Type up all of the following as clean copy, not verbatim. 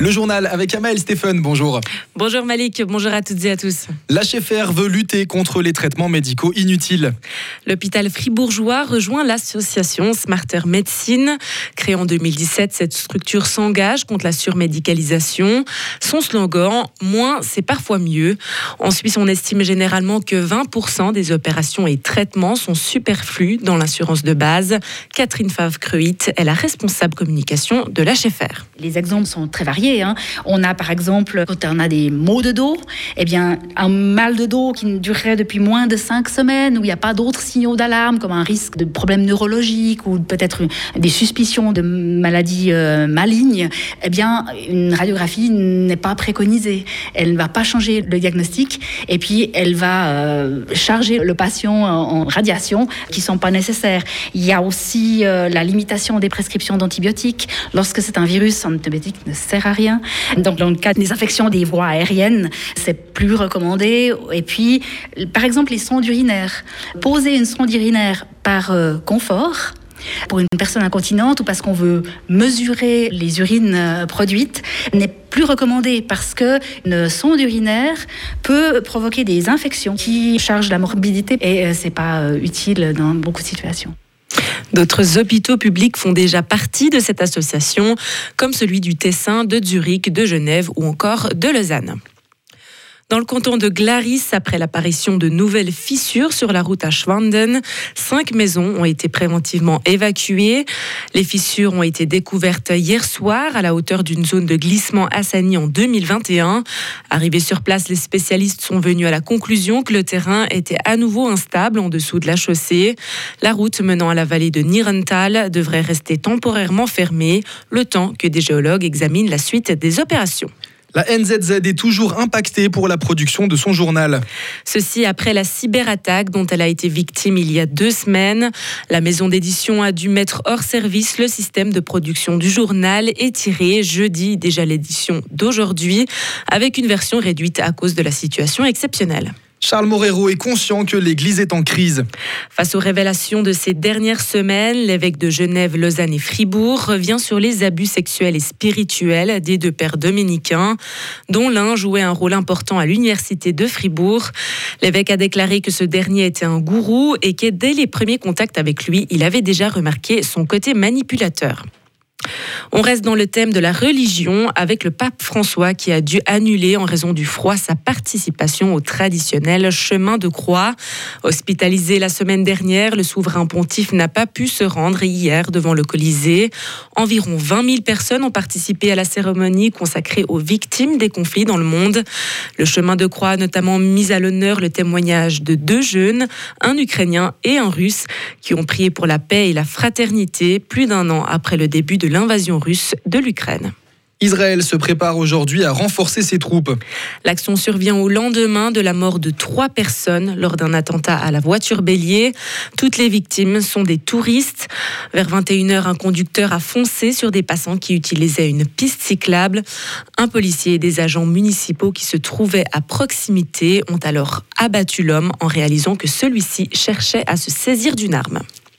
Le journal avec Amael Stéphane, bonjour. Bonjour Malik, bonjour à toutes et à tous. L'HFR veut lutter contre les traitements médicaux inutiles. L'hôpital fribourgeois rejoint l'association Smarter Médecine. Créée en 2017, cette structure s'engage contre la surmédicalisation. Son slogan, moins c'est parfois mieux. En Suisse, on estime généralement que 20% des opérations et traitements sont superflus dans l'assurance de base. Catherine Favre-Creuit est la responsable communication de l'HFR. Les exemples sont très variés. On a par exemple, quand on a des maux de dos, un mal de dos qui durerait depuis moins de 5 semaines, où il n'y a pas d'autres signaux d'alarme, comme un risque de problèmes neurologiques ou peut-être des suspicions de maladies malignes, une radiographie n'est pas préconisée. Elle ne va pas changer le diagnostic et puis elle va charger le patient en radiations qui ne sont pas nécessaires. Il y a aussi la limitation des prescriptions d'antibiotiques. Lorsque c'est un virus, un antibiotique ne sert à rien. Donc, dans le cas des infections des voies aériennes, c'est plus recommandé. Et puis, par exemple, les sondes urinaires. Poser une sonde urinaire par confort, pour une personne incontinente ou parce qu'on veut mesurer les urines produites, n'est plus recommandé parce qu'une sonde urinaire peut provoquer des infections qui chargent la morbidité et c'est pas utile dans beaucoup de situations. D'autres hôpitaux publics font déjà partie de cette association, comme celui du Tessin, de Zurich, de Genève ou encore de Lausanne. Dans le canton de Glaris, après l'apparition de nouvelles fissures sur la route à Schwanden, 5 maisons ont été préventivement évacuées. Les fissures ont été découvertes hier soir à la hauteur d'une zone de glissement assaini en 2021. Arrivés sur place, les spécialistes sont venus à la conclusion que le terrain était à nouveau instable en dessous de la chaussée. La route menant à la vallée de Nierental devrait rester temporairement fermée, le temps que des géologues examinent la suite des opérations. La NZZ est toujours impactée pour la production de son journal. Ceci après la cyberattaque dont elle a été victime il y a 2 semaines. La maison d'édition a dû mettre hors service le système de production du journal et tirer jeudi déjà l'édition d'aujourd'hui avec une version réduite à cause de la situation exceptionnelle. Charles Morero est conscient que l'Église est en crise. Face aux révélations de ces dernières semaines, l'évêque de Genève, Lausanne et Fribourg revient sur les abus sexuels et spirituels des 2 pères dominicains, dont l'un jouait un rôle important à l'université de Fribourg. L'évêque a déclaré que ce dernier était un gourou et que dès les premiers contacts avec lui, il avait déjà remarqué son côté manipulateur. On reste dans le thème de la religion avec le pape François qui a dû annuler en raison du froid sa participation au traditionnel chemin de croix. Hospitalisé la semaine dernière, le souverain pontife n'a pas pu se rendre hier devant le Colisée. Environ 20 000 personnes ont participé à la cérémonie consacrée aux victimes des conflits dans le monde. Le chemin de croix a notamment mis à l'honneur le témoignage de 2 jeunes, un Ukrainien et un Russe, qui ont prié pour la paix et la fraternité plus d'1 an après le début de l'invasion russe de l'Ukraine. Israël se prépare aujourd'hui à renforcer ses troupes. L'action survient au lendemain de la mort de 3 personnes lors d'un attentat à la voiture bélier. Toutes les victimes sont des touristes. Vers 21h, un conducteur a foncé sur des passants qui utilisaient une piste cyclable. Un policier et des agents municipaux qui se trouvaient à proximité ont alors abattu l'homme en réalisant que celui-ci cherchait à se saisir d'une arme.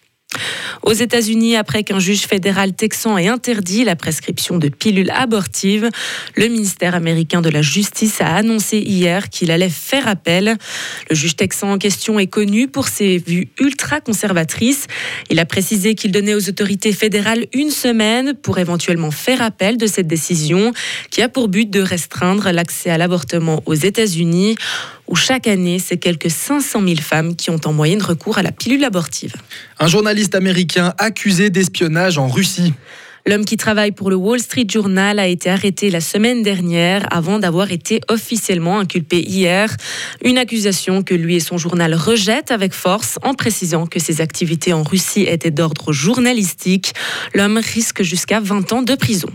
Aux États-Unis, après qu'un juge fédéral texan ait interdit la prescription de pilules abortives, le ministère américain de la Justice a annoncé hier qu'il allait faire appel. Le juge texan en question est connu pour ses vues ultra-conservatrices. Il a précisé qu'il donnait aux autorités fédérales 1 semaine pour éventuellement faire appel de cette décision qui a pour but de restreindre l'accès à l'avortement aux États-Unis, où chaque année, c'est quelques 500 000 femmes qui ont en moyenne recours à la pilule abortive. Un journaliste américain accusé d'espionnage en Russie. L'homme qui travaille pour le Wall Street Journal a été arrêté la semaine dernière avant d'avoir été officiellement inculpé hier. Une accusation que lui et son journal rejettent avec force en précisant que ses activités en Russie étaient d'ordre journalistique. L'homme risque jusqu'à 20 ans de prison.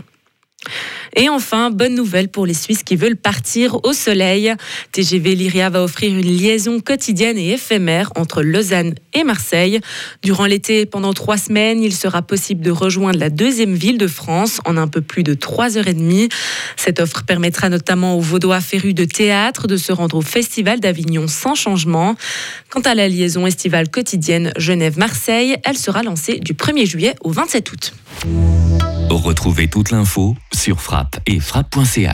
Et enfin, bonne nouvelle pour les Suisses qui veulent partir au soleil. TGV Lyria va offrir une liaison quotidienne et éphémère entre Lausanne et Marseille. Durant l'été, pendant 3 semaines, il sera possible de rejoindre la 2e ville de France en un peu plus de 3h30. Cette offre permettra notamment aux Vaudois férus de théâtre de se rendre au Festival d'Avignon sans changement. Quant à la liaison estivale quotidienne Genève-Marseille, elle sera lancée du 1er juillet au 27 août. Retrouvez toute l'info sur Frappe et frappe.ch.